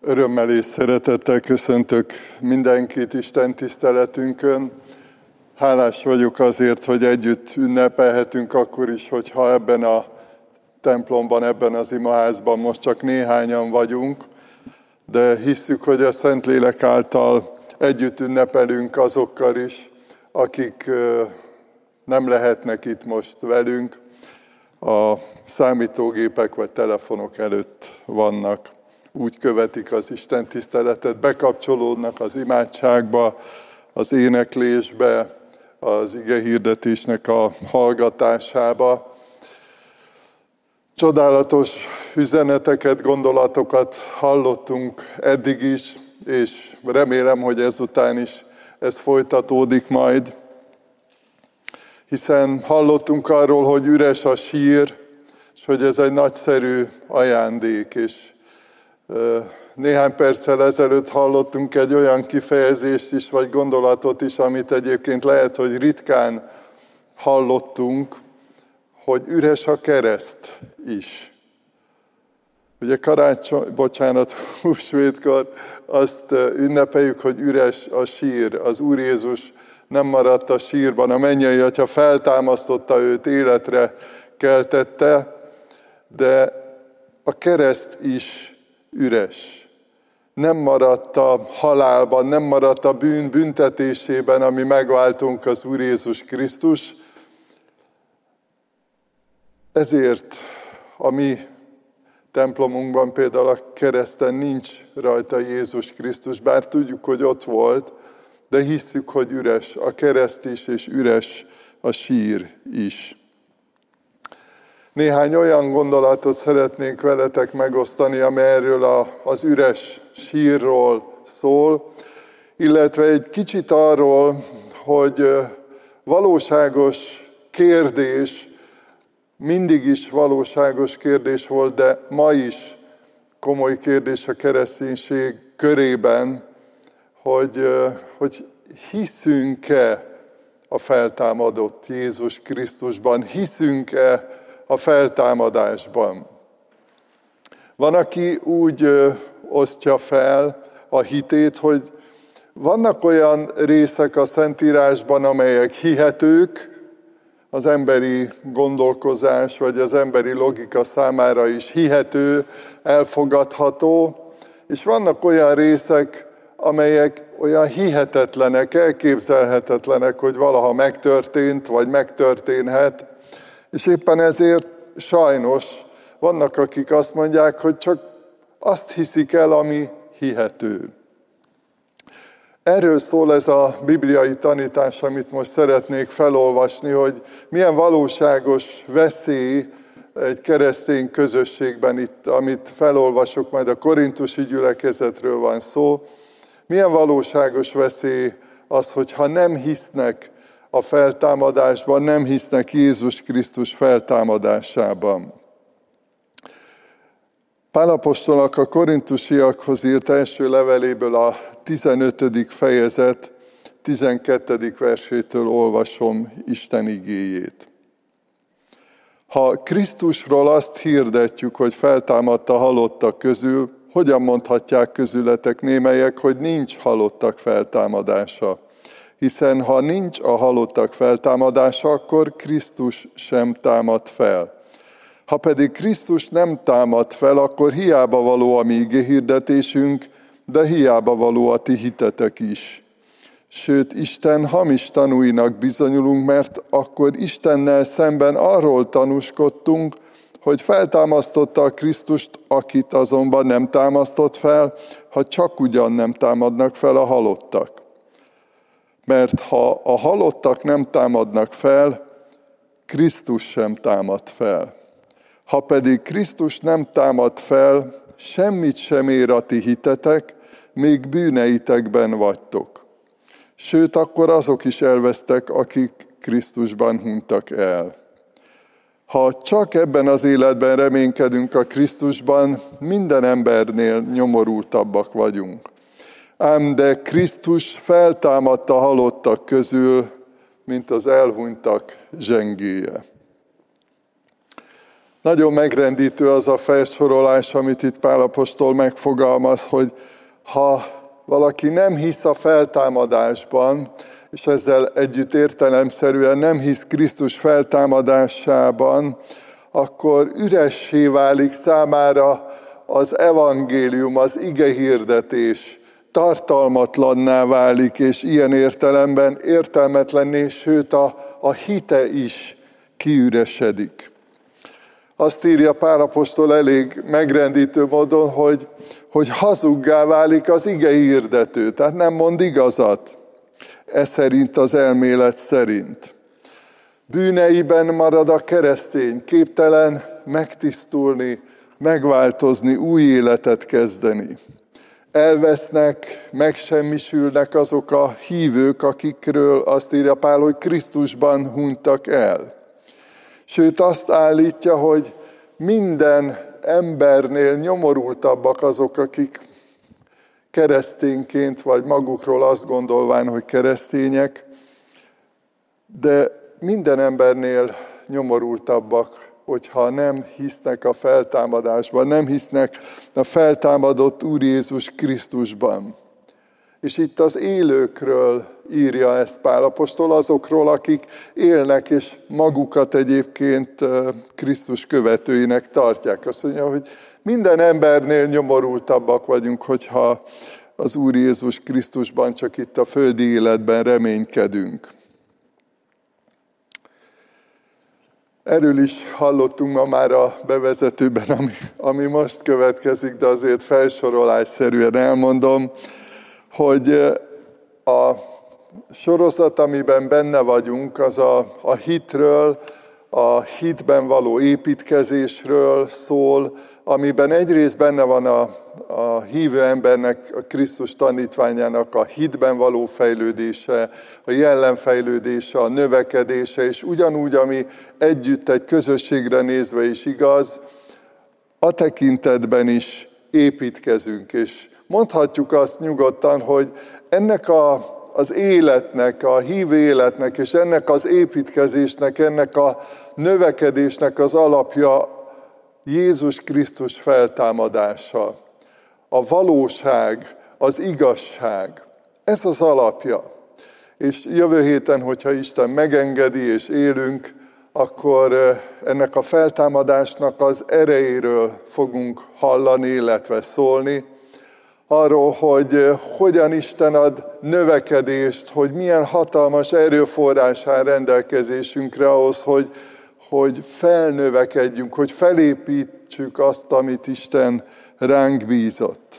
Örömmel és szeretettel köszöntök mindenkit Isten tiszteletünkön. Hálás vagyok azért, hogy együtt ünnepelhetünk akkor is, hogyha ebben a templomban, ebben az imaházban most csak néhányan vagyunk, de hisszük, hogy a Szentlélek által együtt ünnepelünk azokkal is, akik nem lehetnek itt most velünk, a számítógépek vagy telefonok előtt vannak. Úgy követik az Isten tiszteletet, bekapcsolódnak az imádságba, az éneklésbe, az igehirdetésnek a hallgatásába. Csodálatos üzeneteket, gondolatokat hallottunk eddig is, és remélem, hogy ezután is ez folytatódik majd. Hiszen hallottunk arról, hogy üres a sír, és hogy ez egy nagyszerű ajándék, és néhány perccel ezelőtt hallottunk egy olyan kifejezést is, vagy gondolatot is, amit egyébként lehet, hogy ritkán hallottunk, hogy üres a kereszt is. Ugye húsvétkor azt ünnepeljük, hogy üres a sír. Az Úr Jézus nem maradt a sírban, a mennyei Atya feltámasztotta őt, életre keltette, de a kereszt is üres. Nem maradt a halálban, nem maradt a bűn büntetésében, ami megváltunk az Úr Jézus Krisztus. Ezért a mi templomunkban például a kereszten nincs rajta Jézus Krisztus, bár tudjuk, hogy ott volt, de hisszük, hogy üres a kereszt is, és üres a sír is. Néhány olyan gondolatot szeretnék veletek megosztani, ami erről az üres sírról szól, illetve egy kicsit arról, hogy valóságos kérdés, mindig is valóságos kérdés volt, de ma is komoly kérdés a kereszténység körében, hogy hiszünk-e a feltámadott Jézus Krisztusban, hiszünk-e a feltámadásban. Van, aki úgy osztja fel a hitét, hogy vannak olyan részek a Szentírásban, amelyek hihetők, az emberi gondolkozás, vagy az emberi logika számára is hihető, elfogadható, és vannak olyan részek, amelyek olyan hihetetlenek, elképzelhetetlenek, hogy valaha megtörtént, vagy megtörténhet, és éppen ezért sajnos vannak, akik azt mondják, hogy csak azt hiszik el, ami hihető. Erről szól ez a bibliai tanítás, amit most szeretnék felolvasni, hogy milyen valóságos veszély egy keresztény közösségben, itt, amit felolvasok, majd a korintusi gyülekezetről van szó, milyen valóságos veszély az, hogyha nem hisznek a feltámadásban, nem hisznek Jézus Krisztus feltámadásában. Pál apostolnak a korintusiakhoz írt első leveléből a 15. fejezet 12. versétől olvasom Isten igéjét. Ha Krisztusról azt hirdetjük, hogy feltámadt a halottak közül, hogyan mondhatják közületek némelyek, hogy nincs halottak feltámadása? Hiszen ha nincs a halottak feltámadása, akkor Krisztus sem támad fel. Ha pedig Krisztus nem támad fel, akkor hiába való a mi igehirdetésünk, de hiába való a ti hitetek is. Sőt, Isten hamis tanúinak bizonyulunk, mert akkor Istennel szemben arról tanúskodtunk, hogy feltámasztotta a Krisztust, akit azonban nem támasztott fel, ha csak ugyan nem támadnak fel a halottak. Mert ha a halottak nem támadnak fel, Krisztus sem támad fel. Ha pedig Krisztus nem támad fel, semmit sem ér a ti hitetek, még bűneitekben vagytok. Sőt, akkor azok is elvesztek, akik Krisztusban hunytak el. Ha csak ebben az életben reménykedünk a Krisztusban, minden embernél nyomorultabbak vagyunk. Ám de Krisztus feltámadt a halottak közül, mint az elhunytak zsengéje. Nagyon megrendítő az a felsorolás, amit itt Pál apostol megfogalmaz, hogy ha valaki nem hisz a feltámadásban, és ezzel együtt értelemszerűen nem hisz Krisztus feltámadásában, akkor üressé válik számára az evangélium, az igehirdetés, tartalmatlanná válik, és ilyen értelemben értelmetlenné, sőt a hite is kiüresedik. Azt írja Pál apostol elég megrendítő módon, hogy hazuggá válik az igehirdető, tehát nem mond igazat, ez szerint az elmélet szerint. Bűneiben marad a keresztény, képtelen megtisztulni, megváltozni, új életet kezdeni. Elvesznek, megsemmisülnek azok a hívők, akikről azt írja Pál, hogy Krisztusban hunytak el. Sőt, azt állítja, hogy minden embernél nyomorultabbak azok, akik keresztényként, vagy magukról azt gondolván, hogy keresztények, de minden embernél nyomorultabbak, hogyha nem hisznek a feltámadásban, nem hisznek a feltámadott Úr Jézus Krisztusban. És itt az élőkről írja ezt Pál apostol, azokról, akik élnek, és magukat egyébként Krisztus követőinek tartják. Azt mondja, hogy minden embernél nyomorultabbak vagyunk, hogyha az Úr Jézus Krisztusban csak itt a földi életben reménykedünk. Erről is hallottunk ma már a bevezetőben, ami most következik, de azért felsorolásszerűen elmondom, hogy a sorozat, amiben benne vagyunk, az a hitről, a hitben való építkezésről szól, amiben egyrészt benne van a hívő embernek, a Krisztus tanítványának a hitben való fejlődése, a jellemfejlődése, a növekedése, és ugyanúgy, ami együtt egy közösségre nézve is igaz, a tekintetben is építkezünk, és mondhatjuk azt nyugodtan, hogy ennek az életnek, a hívő életnek, és ennek az építkezésnek, ennek a növekedésnek az alapja Jézus Krisztus feltámadása. A valóság, az igazság. Ez az alapja. És jövő héten, hogyha Isten megengedi és élünk, akkor ennek a feltámadásnak az erejéről fogunk hallani, illetve szólni. Arról, hogy hogyan Isten ad növekedést, hogy milyen hatalmas erőforrás áll rendelkezésünkre ahhoz, hogy felnövekedjünk, hogy felépítsük azt, amit Isten ránk bízott.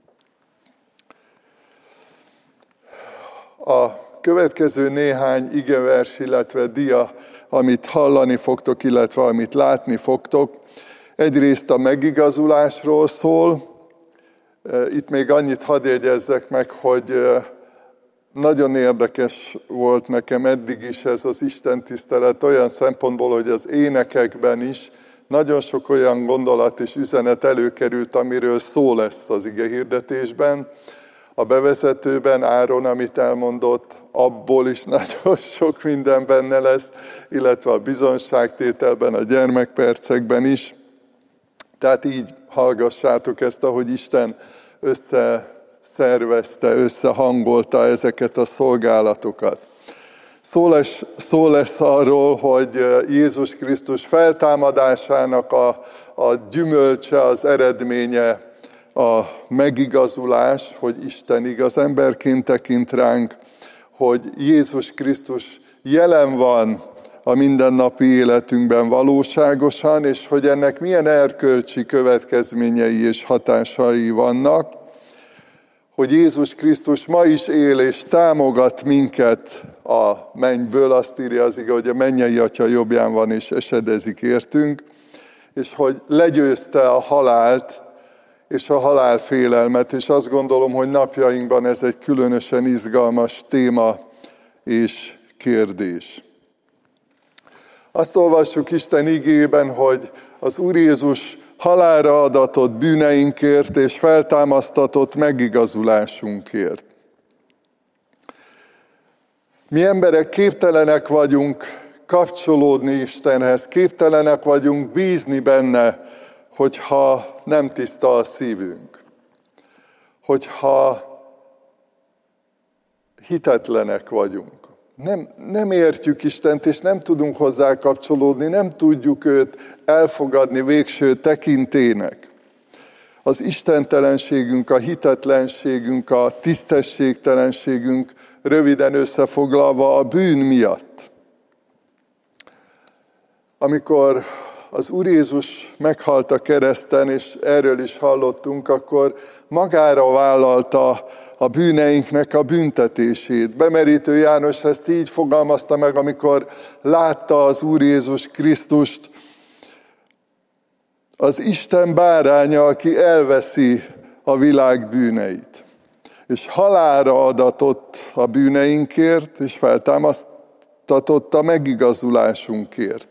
A következő néhány igevers, illetve dia, amit hallani fogtok, illetve amit látni fogtok, egyrészt a megigazulásról szól. Itt még annyit hadd jegyezzek meg, hogy nagyon érdekes volt nekem eddig is ez az istentisztelet olyan szempontból, hogy az énekekben is nagyon sok olyan gondolat és üzenet előkerült, amiről szó lesz az igehirdetésben. A bevezetőben Áron, amit elmondott, abból is nagyon sok minden benne lesz, illetve a bizonságtételben, a gyermekpercekben is. Tehát így hallgassátok ezt, ahogy Isten összeszervezte, összehangolta ezeket a szolgálatokat. Szó lesz arról, hogy Jézus Krisztus feltámadásának a gyümölcse, az eredménye a megigazulás, hogy Isten igaz emberként tekint ránk, hogy Jézus Krisztus jelen van a mindennapi életünkben valóságosan, és hogy ennek milyen erkölcsi következményei és hatásai vannak, hogy Jézus Krisztus ma is él és támogat minket a mennyből, azt írja az ige, hogy a mennyei Atya jobbján van és esedezik értünk, és hogy legyőzte a halált és a halálfélelmet, és azt gondolom, hogy napjainkban ez egy különösen izgalmas téma és kérdés. Azt olvassuk Isten igében, hogy az Úr Jézus halálra adatott bűneinkért és feltámasztatott megigazulásunkért. Mi emberek képtelenek vagyunk kapcsolódni Istenhez, képtelenek vagyunk bízni benne, hogyha nem tiszta a szívünk, hogyha hitetlenek vagyunk. Nem értjük Istent, és nem tudunk hozzá kapcsolódni, nem tudjuk őt elfogadni végső tekintének. Az istentelenségünk, a hitetlenségünk, a tisztességtelenségünk röviden összefoglalva a bűn miatt. Amikor az Úr Jézus meghalt a kereszten, és erről is hallottunk, akkor magára vállalta a bűneinknek a büntetését. Bemerítő János ezt így fogalmazta meg, amikor látta az Úr Jézus Krisztust, az Isten báránya, aki elveszi a világ bűneit. És halálra adatott a bűneinkért, és feltámasztatott a megigazulásunkért.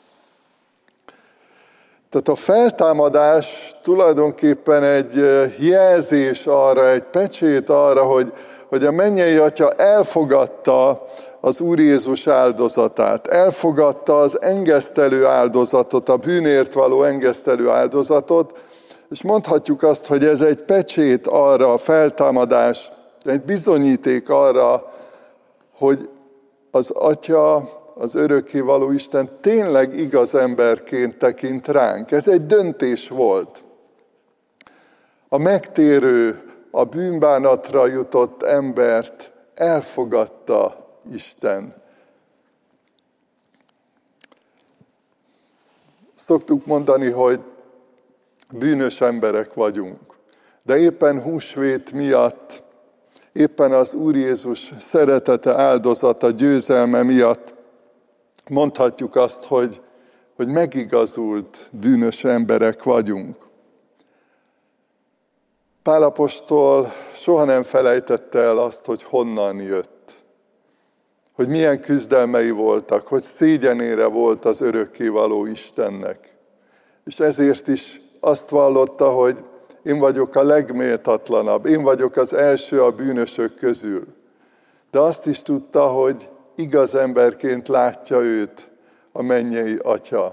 Tehát a feltámadás tulajdonképpen egy jelzés arra, egy pecsét arra, hogy a mennyei Atya elfogadta az Úr Jézus áldozatát, elfogadta az engesztelő áldozatot, a bűnért való engesztelő áldozatot, és mondhatjuk azt, hogy ez egy pecsét arra, a feltámadás, egy bizonyíték arra, hogy az Atya, az örökkévaló Isten tényleg igaz emberként tekint ránk. Ez egy döntés volt. A megtérő, a bűnbánatra jutott embert elfogadta Isten. Szoktuk mondani, hogy bűnös emberek vagyunk, de éppen húsvét miatt, éppen az Úr Jézus szeretete, áldozata, győzelme miatt mondhatjuk azt, hogy megigazult bűnös emberek vagyunk. Pál apostol soha nem felejtette el azt, hogy honnan jött, hogy milyen küzdelmei voltak, hogy szégyenére volt az örökkévaló Istennek. És ezért is azt vallotta, hogy én vagyok a legméltatlanabb, én vagyok az első a bűnösök közül. De azt is tudta, hogy igaz emberként látja őt a mennyei Atya.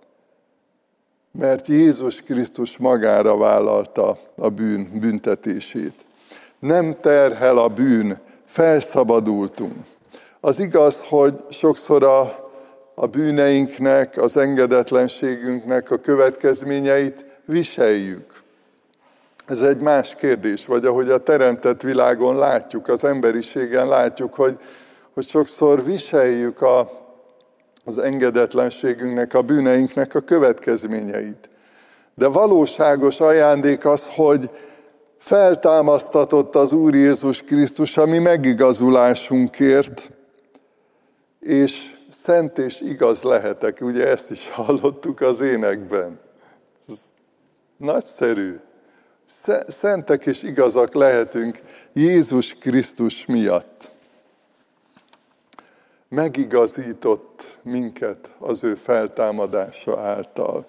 Mert Jézus Krisztus magára vállalta a bűn büntetését. Nem terhel a bűn, felszabadultunk. Az igaz, hogy sokszor a bűneinknek, az engedetlenségünknek a következményeit viseljük. Ez egy más kérdés, vagy ahogy a teremtett világon látjuk, az emberiségen látjuk, hogy sokszor viseljük az engedetlenségünknek, a bűneinknek a következményeit. De valóságos ajándék az, hogy feltámasztatott az Úr Jézus Krisztus a mi megigazulásunkért, és szent és igaz lehetek. Ugye ezt is hallottuk az énekben. Ez nagyszerű. Szentek és igazak lehetünk Jézus Krisztus miatt. Megigazított minket az ő feltámadása által.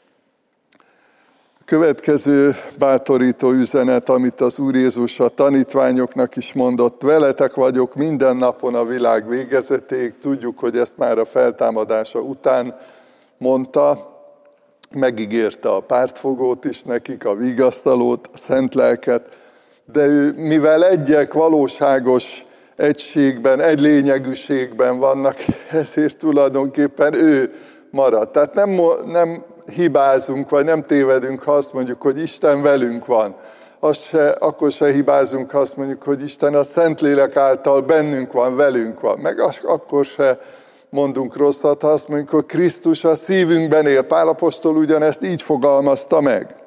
A következő bátorító üzenet, amit az Úr Jézus a tanítványoknak is mondott, veletek vagyok minden napon a világ végezetéig. Tudjuk, hogy ezt már a feltámadása után mondta, megígérte a pártfogót is nekik, a vigasztalót, a szent lelket, de ő, mivel egyek valóságos egységben, egy lényegűségben vannak, ezért tulajdonképpen ő marad. Tehát nem hibázunk, vagy nem tévedünk, ha azt mondjuk, hogy Isten velünk van. Akkor se hibázunk, ha azt mondjuk, hogy Isten a Szentlélek által bennünk van, velünk van. Meg akkor se mondunk rosszat, ha azt mondjuk, hogy Krisztus a szívünkben él. Pál apostol ugyanezt így fogalmazta meg.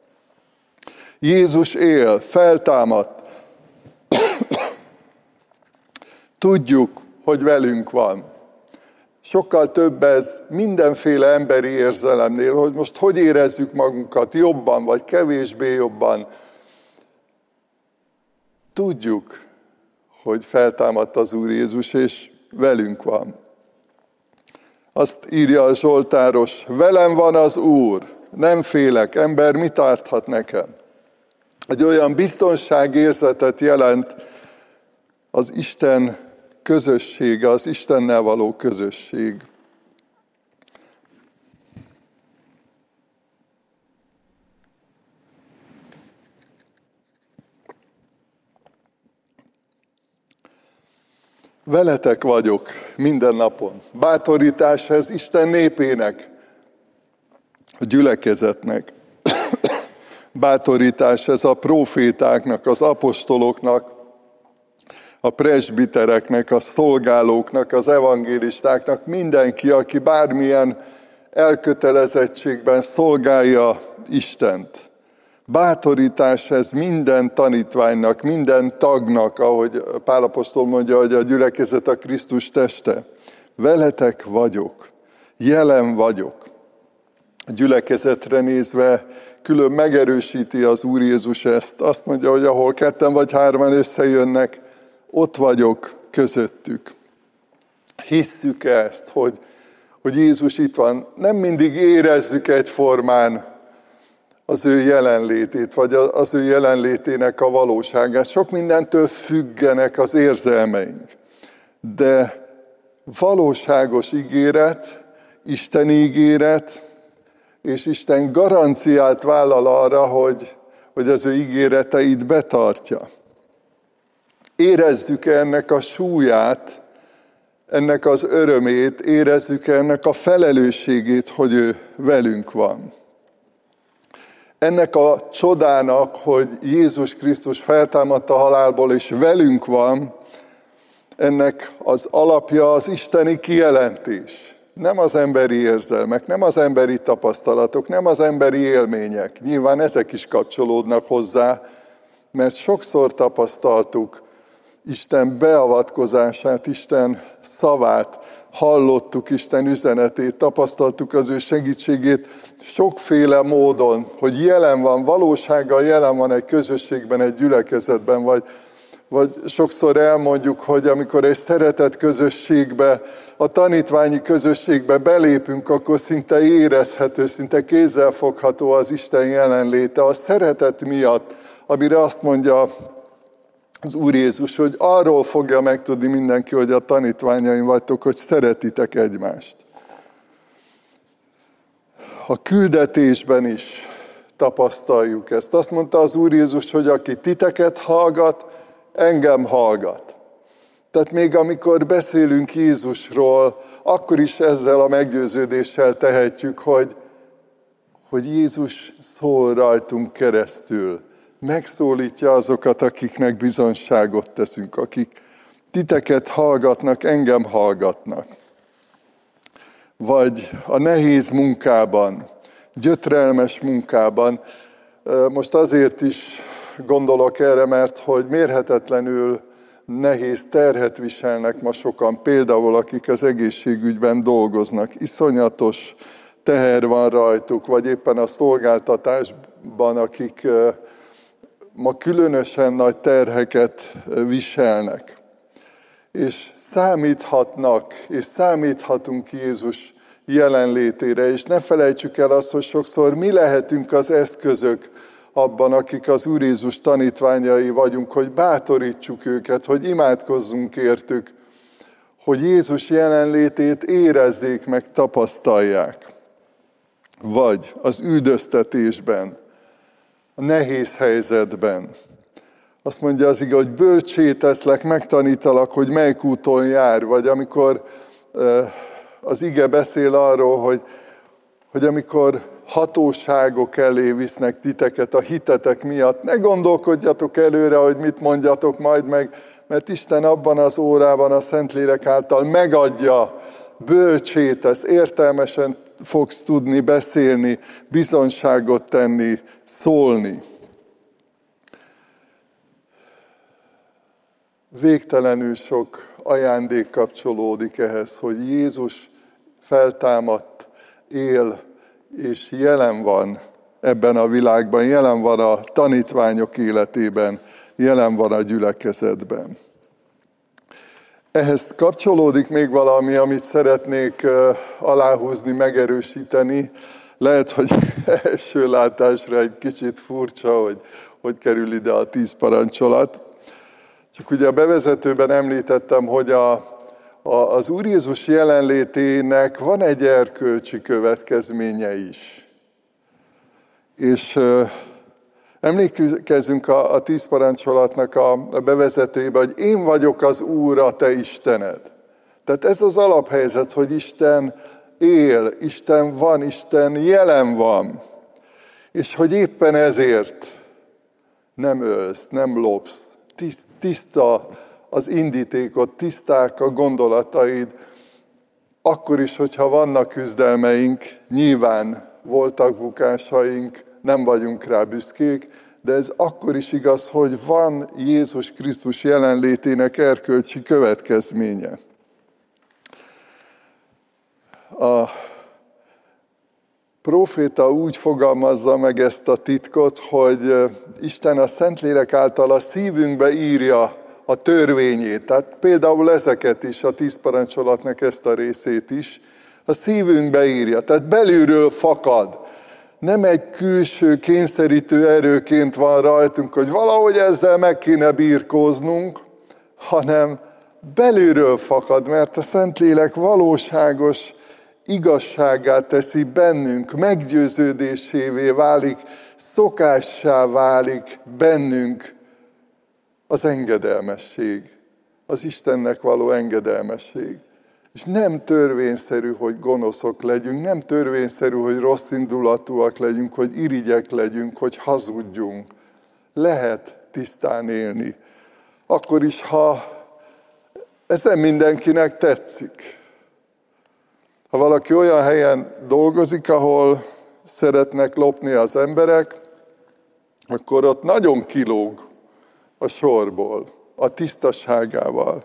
Jézus él, feltámadt. Tudjuk, hogy velünk van. Sokkal több ez mindenféle emberi érzelemnél, hogy most hogy érezzük magunkat, jobban vagy kevésbé jobban. Tudjuk, hogy feltámadt az Úr Jézus, és velünk van. Azt írja a Zsoltáros, velem van az Úr, nem félek, ember mit árthat nekem? Egy olyan biztonságérzetet jelent az Isten közössége, az Istennel való közösség. Veletek vagyok minden napon. Bátorítás ez Isten népének, a gyülekezetnek. Bátorítás ez a prófétáknak, az apostoloknak, a presbitereknek, a szolgálóknak, az evangélistáknak, mindenki, aki bármilyen elkötelezettségben szolgálja Istent. Bátorítás ez minden tanítványnak, minden tagnak, ahogy Pál apostol mondja, hogy a gyülekezet a Krisztus teste. Veletek vagyok, jelen vagyok. A gyülekezetre nézve külön megerősíti az Úr Jézus ezt. Azt mondja, hogy ahol 2 vagy 3 összejönnek, ott vagyok közöttük. Hisszük ezt, hogy Jézus itt van. Nem mindig érezzük egyformán az ő jelenlétét, vagy az ő jelenlétének a valóságát. Sok mindentől függenek az érzelmeink. De valóságos ígéret, Isten ígéret, és Isten garanciát vállal arra, hogy az ő ígéreteit betartja. Érezzük ennek a súlyát, ennek az örömét, érezzük ennek a felelősségét, hogy ő velünk van. Ennek a csodának, hogy Jézus Krisztus feltámadt a halálból és velünk van, ennek az alapja az isteni kijelentés. Nem az emberi érzelmek, nem az emberi tapasztalatok, nem az emberi élmények. Nyilván ezek is kapcsolódnak hozzá, mert sokszor tapasztaltuk Isten beavatkozását, Isten szavát, hallottuk Isten üzenetét, tapasztaltuk az ő segítségét sokféle módon, hogy jelen van, valósággal jelen van egy közösségben, egy gyülekezetben, vagy sokszor elmondjuk, hogy amikor egy szeretett közösségbe, a tanítványi közösségbe belépünk, akkor szinte érezhető, szinte kézzelfogható az Isten jelenléte a szeretet miatt, amire azt mondja az Úr Jézus, hogy arról fogja megtudni mindenki, hogy a tanítványaim vagytok, hogy szeretitek egymást. A küldetésben is tapasztaljuk ezt. Azt mondta az Úr Jézus, hogy aki titeket hallgat, engem hallgat. Tehát még amikor beszélünk Jézusról, akkor is ezzel a meggyőződéssel tehetjük, hogy Jézus szól rajtunk keresztül. Megszólítja azokat, akiknek bizonyságot teszünk, akik titeket hallgatnak, engem hallgatnak. Vagy a nehéz munkában, gyötrelmes munkában. Most azért is gondolok erre, mert hogy mérhetetlenül nehéz terhet viselnek ma sokan, például akik az egészségügyben dolgoznak. Iszonyatos teher van rajtuk, vagy éppen a szolgáltatásban, akik ma különösen nagy terheket viselnek. És számíthatnak, és számíthatunk Jézus jelenlétére, és ne felejtsük el azt, hogy sokszor mi lehetünk az eszközök abban, akik az Úr Jézus tanítványai vagyunk, hogy bátorítsuk őket, hogy imádkozzunk értük, hogy Jézus jelenlétét érezzék meg, tapasztalják. Vagy az üldöztetésben, a nehéz helyzetben. Azt mondja az ige, hogy bölcsé teszlek, megtanítalak, hogy melyik úton jár. Vagy amikor az ige beszél arról, hogy amikor hatóságok elé visznek titeket a hitetek miatt, ne gondolkodjatok előre, hogy mit mondjatok majd meg, mert Isten abban az órában a Szentlélek által megadja, bölcsé tesz, értelmesen fogsz tudni beszélni, bizonyságot tenni, szólni. Végtelenül sok ajándék kapcsolódik ehhez, hogy Jézus feltámadt, él és jelen van ebben a világban, jelen van a tanítványok életében, jelen van a gyülekezetben. Ehhez kapcsolódik még valami, amit szeretnék aláhúzni, megerősíteni. Lehet, hogy első látásra egy kicsit furcsa, hogy kerül ide a 10 parancsolat. Csak ugye a bevezetőben említettem, hogy az Úr Jézus jelenlétének van egy erkölcsi következménye is. És Emlékezzünk a 10 parancsolatnak a bevezetőjébe, hogy én vagyok az Úr, a te Istened. Tehát ez az alaphelyzet, hogy Isten él, Isten van, Isten jelen van. És hogy éppen ezért nem ölsz, nem lopsz. Tiszta az indítékod, tiszták a gondolataid. Akkor is, hogyha vannak küzdelmeink, nyilván voltak bukásaink, nem vagyunk rá büszkék, de ez akkor is igaz, hogy van Jézus Krisztus jelenlétének erkölcsi következménye. A próféta úgy fogalmazza meg ezt a titkot, hogy Isten a Szentlélek által a szívünkbe írja a törvényét. Tehát például ezeket is, a 10 parancsolatnak ezt a részét is, a szívünkbe írja. Tehát belülről fakad. Nem egy külső kényszerítő erőként van rajtunk, hogy valahogy ezzel meg kéne birkóznunk, hanem belülről fakad, mert a Szentlélek valóságos igazságát teszi bennünk, meggyőződésévé válik, szokássá válik bennünk az engedelmesség, az Istennek való engedelmesség. És nem törvényszerű, hogy gonoszok legyünk, nem törvényszerű, hogy rosszindulatúak legyünk, hogy irigyek legyünk, hogy hazudjunk. Lehet tisztán élni. Akkor is, ha ez nem mindenkinek tetszik. Ha valaki olyan helyen dolgozik, ahol szeretnek lopni az emberek, akkor ott nagyon kilóg a sorból, a tisztaságával.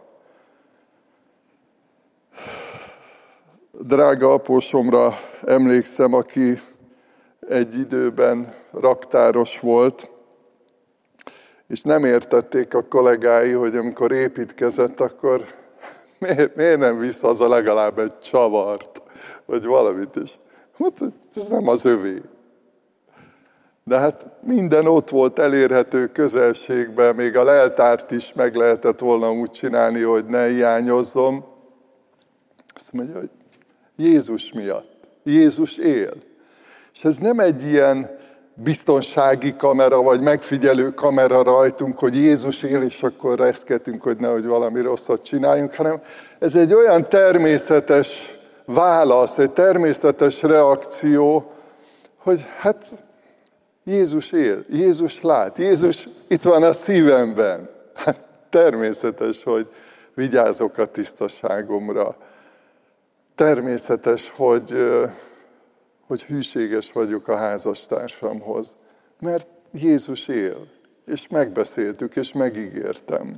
Drága apósomra emlékszem, aki egy időben raktáros volt, és nem értették a kollégái, hogy amikor építkezett, akkor miért nem visz haza legalább egy csavart, vagy valamit is. Hát ez nem az övé. De hát minden ott volt elérhető közelségben, még a leltárt is meg lehetett volna úgy csinálni, hogy ne hiányozzon. Azt mondja, hogy Jézus miatt. Jézus él. És ez nem egy ilyen biztonsági kamera, vagy megfigyelő kamera rajtunk, hogy Jézus él, és akkor reszketünk, hogy nehogy valami rosszat csináljunk, hanem ez egy olyan természetes válasz, egy természetes reakció, hogy hát Jézus él, Jézus lát, Jézus itt van a szívemben. Hát természetes, hogy vigyázok a tisztaságomra. Természetes, hogy hűséges vagyok a házastársamhoz, mert Jézus él, és megbeszéltük, és megígértem.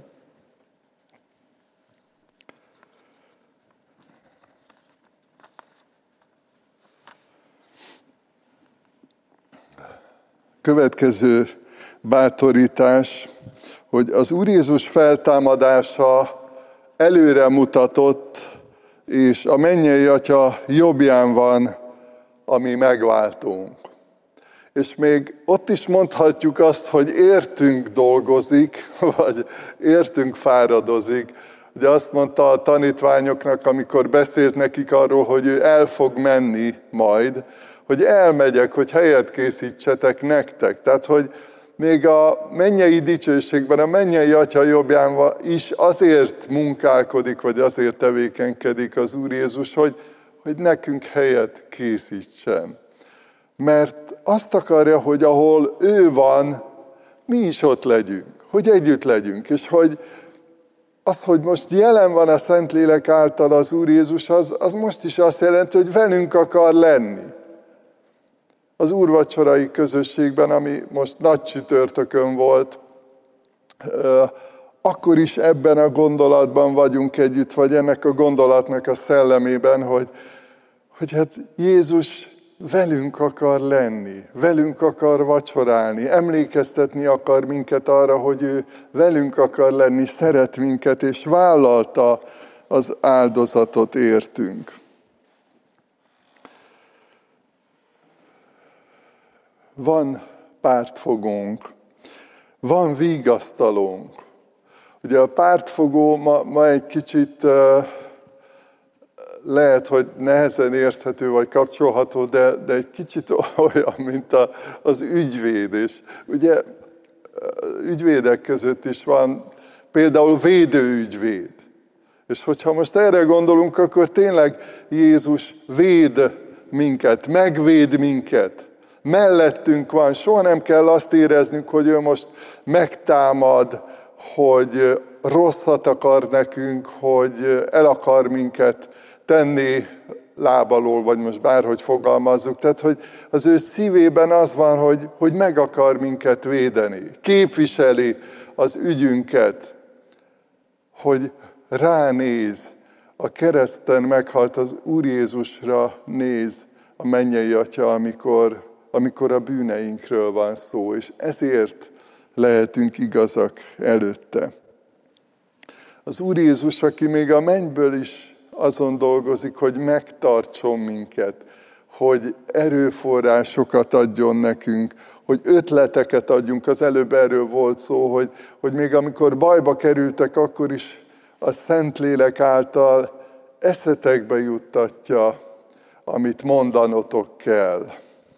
Következő bátorítás, hogy az Úr Jézus feltámadása előre mutatott, és a mennyei Atya jobbján van a mi megváltónk. És még ott is mondhatjuk azt, hogy értünk dolgozik, vagy értünk fáradozik. Ugye azt mondta a tanítványoknak, amikor beszélt nekik arról, hogy ő el fog menni majd, hogy elmegyek, hogy helyet készítsetek nektek. Tehát, hogy még a mennyei dicsőségben, a mennyei Atya jobbján is azért munkálkodik, vagy azért tevékenykedik az Úr Jézus, hogy nekünk helyet készítsen. Mert azt akarja, hogy ahol ő van, mi is ott legyünk, hogy együtt legyünk, és hogy az, hogy most jelen van a Szentlélek által az Úr Jézus, az most is azt jelenti, hogy velünk akar lenni. Az úrvacsorai közösségben, ami most nagy csütörtökön volt, akkor is ebben a gondolatban vagyunk együtt, vagy ennek a gondolatnak a szellemében, hogy hát Jézus velünk akar lenni, velünk akar vacsorálni, emlékeztetni akar minket arra, hogy ő velünk akar lenni, szeret minket, és vállalta az áldozatot értünk. Van pártfogónk, van vigasztalónk. Ugye a pártfogó ma egy kicsit lehet, hogy nehezen érthető vagy kapcsolható, de egy kicsit olyan, mint az ügyvéd. És ugye ügyvédek között is van például védőügyvéd. És hogyha most erre gondolunk, akkor tényleg Jézus véd minket, megvéd minket. Mellettünk van, soha nem kell azt éreznünk, hogy ő most megtámad, hogy rosszat akar nekünk, hogy el akar minket tenni lábalól, vagy most bárhogy fogalmazzuk. Tehát, hogy az ő szívében az van, hogy meg akar minket védeni. Képviseli az ügyünket, hogy ránéz, a kereszten meghalt az Úr Jézusra néz a mennyei Atya, amikor a bűneinkről van szó, és ezért lehetünk igazak előtte. Az Úr Jézus, aki még a mennyből is azon dolgozik, hogy megtartson minket, hogy erőforrásokat adjon nekünk, hogy ötleteket adjunk. Az előbb erről volt szó, hogy még amikor bajba kerültek, akkor is a Szentlélek által eszetekbe juttatja, amit mondanotok kell.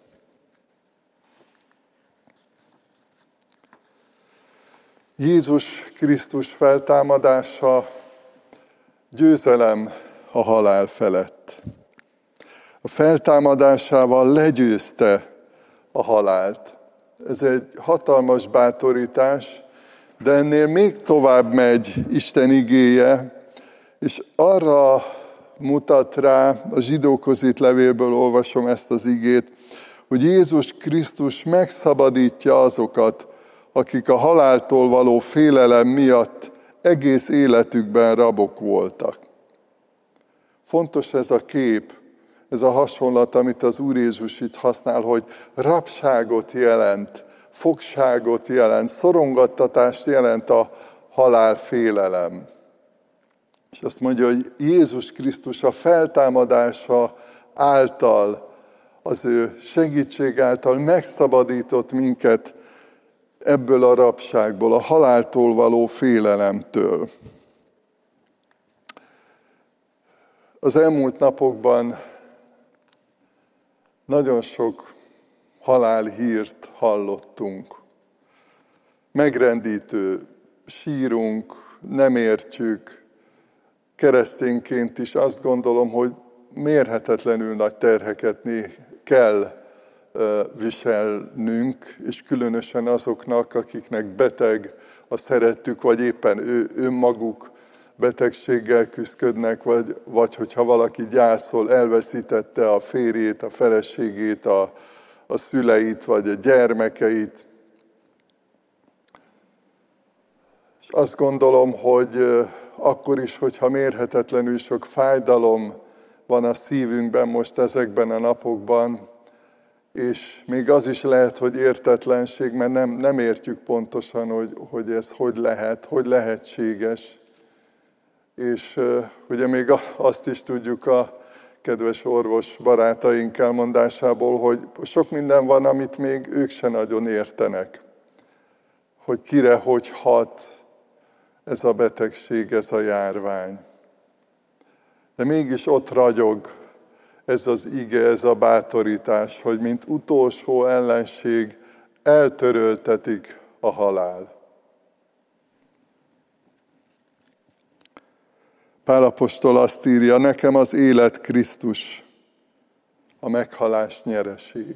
Jézus Krisztus feltámadása győzelem a halál felett. A feltámadásával legyőzte a halált. Ez egy hatalmas bátorítás, de ennél még tovább megy Isten igéje, és arra mutat rá, a Zsidókhoz írt levélből olvasom ezt az igét, hogy Jézus Krisztus megszabadítja azokat, akik a haláltól való félelem miatt egész életükben rabok voltak. Fontos ez a kép, ez a hasonlat, amit az Úr Jézus itt használ, hogy rabságot jelent, fogságot jelent, szorongattatást jelent a halálfélelem. És azt mondja, hogy Jézus Krisztus a feltámadása által, az ő segítség által megszabadított minket ebből a rabságból, a haláltól való félelemtől. Az elmúlt napokban nagyon sok halálhírt hallottunk. Megrendítő, sírunk, nem értjük. Keresztényként is azt gondolom, hogy mérhetetlenül nagy terheket kell viselnünk, és különösen azoknak, akiknek beteg a szerettük, vagy éppen önmaguk betegséggel küzdködnek, vagy hogyha valaki gyászol, elveszítette a férjét, a feleségét, a szüleit, vagy a gyermekeit. És azt gondolom, hogy akkor is, hogyha mérhetetlenül sok fájdalom van a szívünkben most ezekben a napokban, és még az is lehet, hogy értetlenség, mert nem értjük pontosan, hogy ez hogy lehetséges. És ugye még azt is tudjuk a kedves orvos barátaink elmondásából, hogy sok minden van, amit még ők se nagyon értenek. Hogy kire hogy hat ez a betegség, ez a járvány. De mégis ott ragyog ez az ige, ez a bátorítás, hogy mint utolsó ellenség eltöröltetik a halál. Pál apostol azt írja, nekem az élet Krisztus, a meghalás nyereség.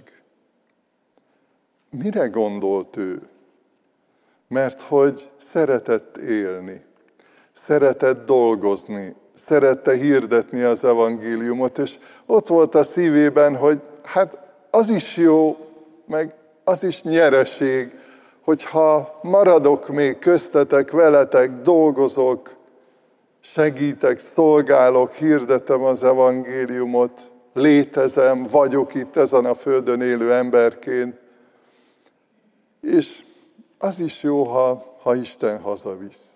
Mire gondolt ő? Mert hogy szeretett élni, szeretett dolgozni, szerette hirdetni az evangéliumot, és ott volt a szívében, hogy hát az is jó, meg az is nyereség, hogyha maradok még köztetek, veletek, dolgozok, segítek, szolgálok, hirdetem az evangéliumot, létezem, vagyok itt ezen a földön élő emberként, és az is jó, ha Isten hazavisz.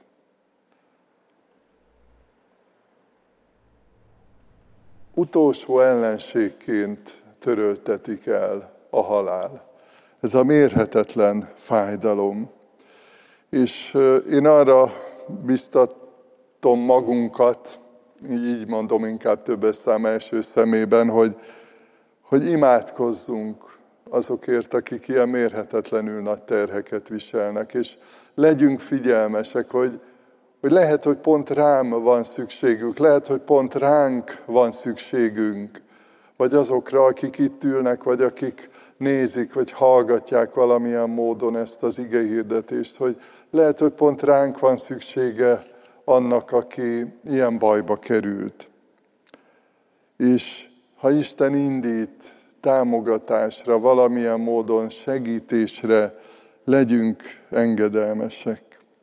Utolsó ellenségként töröltetik el a halál. Ez a mérhetetlen fájdalom. És én arra biztatom magunkat, így mondom inkább többes szám első szemében, hogy imádkozzunk azokért, akik ilyen mérhetetlenül nagy terheket viselnek, és legyünk figyelmesek, hogy lehet, hogy pont rám van szükségük, lehet, hogy pont ránk van szükségünk, vagy azokra, akik itt ülnek, vagy akik nézik, vagy hallgatják valamilyen módon ezt az igehirdetést, hogy lehet, hogy pont ránk van szüksége annak, aki ilyen bajba került. És ha Isten indít támogatásra, valamilyen módon segítésre, legyünk engedelmesek.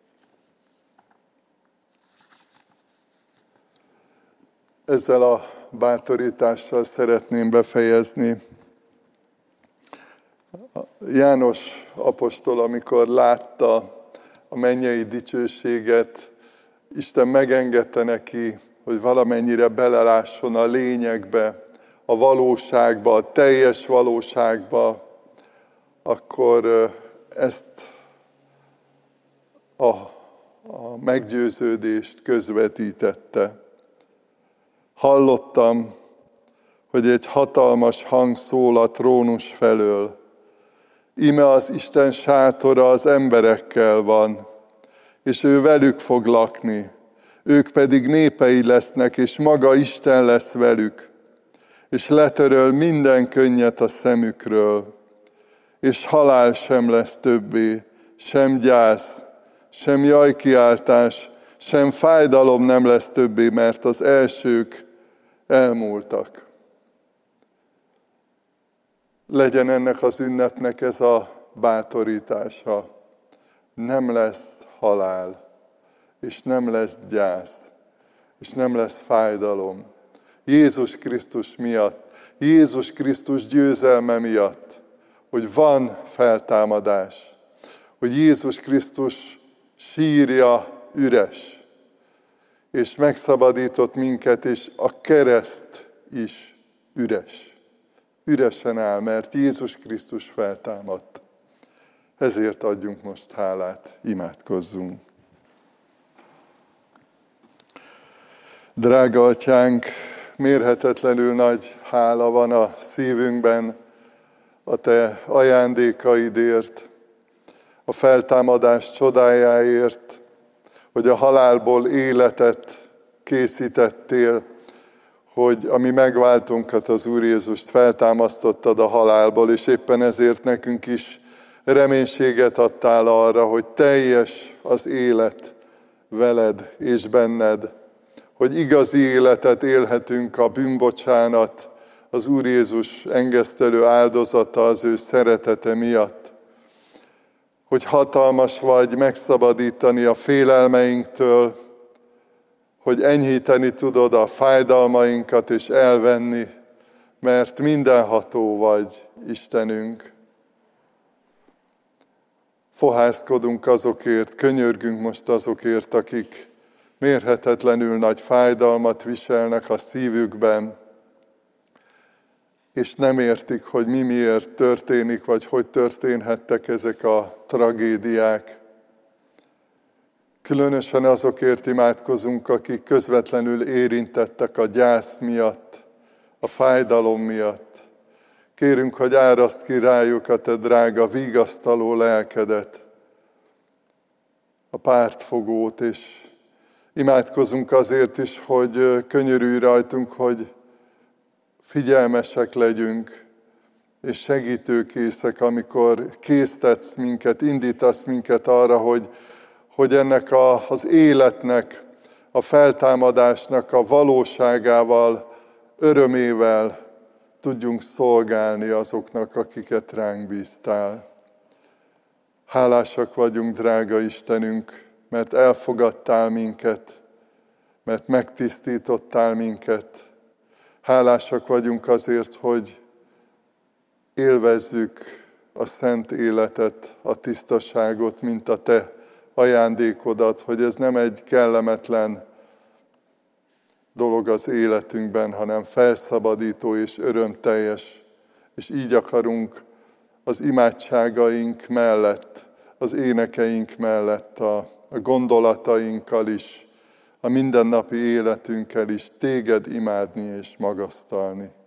Ezzel a bátorítással szeretném befejezni. János apostol, amikor látta a mennyei dicsőséget, Isten megengedte neki, hogy valamennyire belelásson a lényegbe, a valóságba, a teljes valóságba, akkor ezt a meggyőződést közvetítette. Hallottam, hogy egy hatalmas hang szól a trónus felől. Íme az Isten sátora az emberekkel van, és ő velük fog lakni. Ők pedig népei lesznek, és maga Isten lesz velük, és letöröl minden könnyet a szemükről, és halál sem lesz többé, sem gyász, sem jajkiáltás, sem fájdalom nem lesz többé, mert az elsők elmúltak. Legyen ennek az ünnepnek ez a bátorítása. Nem lesz halál, és nem lesz gyász, és nem lesz fájdalom. Jézus Krisztus miatt, Jézus Krisztus győzelme miatt, hogy van feltámadás, hogy Jézus Krisztus sírja üres, és megszabadított minket, és a kereszt is üres. Üresen áll, mert Jézus Krisztus feltámadt. Ezért adjunk most hálát, imádkozzunk. Drága Atyánk, mérhetetlenül nagy hála van a szívünkben a Te ajándékaidért, a feltámadás csodájáért, hogy a halálból életet készítettél, hogy a mi megváltunkat, az Úr Jézust feltámasztottad a halálból, és éppen ezért nekünk is reménységet adtál arra, hogy teljes az élet veled és benned, hogy igazi életet élhetünk a bűnbocsánat, az Úr Jézus engesztelő áldozata, az ő szeretete miatt, hogy hatalmas vagy megszabadítani a félelmeinktől, hogy enyhíteni tudod a fájdalmainkat és elvenni, mert mindenható vagy, Istenünk. Fohászkodunk azokért, könyörgünk most azokért, akik mérhetetlenül nagy fájdalmat viselnek a szívükben, és nem értik, hogy mi miért történik, vagy hogy történhettek ezek a tragédiák. Különösen azokért imádkozunk, akik közvetlenül érintettek a gyász miatt, a fájdalom miatt. Kérünk, hogy áraszt ki rájuk a Te drága, vigasztaló lelkedet, a pártfogót, és imádkozunk azért is, hogy könyörülj rajtunk, hogy figyelmesek legyünk, és segítőkészek, amikor késztetsz minket, indítasz minket arra, hogy ennek az életnek, a feltámadásnak a valóságával, örömével tudjunk szolgálni azoknak, akiket ránk bíztál. Hálásak vagyunk, drága Istenünk, mert elfogadtál minket, mert megtisztítottál minket. Hálásak vagyunk azért, hogy élvezzük a szent életet, a tisztaságot, mint a Te ajándékodat, hogy ez nem egy kellemetlen dolog az életünkben, hanem felszabadító és örömteljes. És így akarunk az imádságaink mellett, az énekeink mellett, a gondolatainkkal is, a mindennapi életünkkel is téged imádni és magasztalni.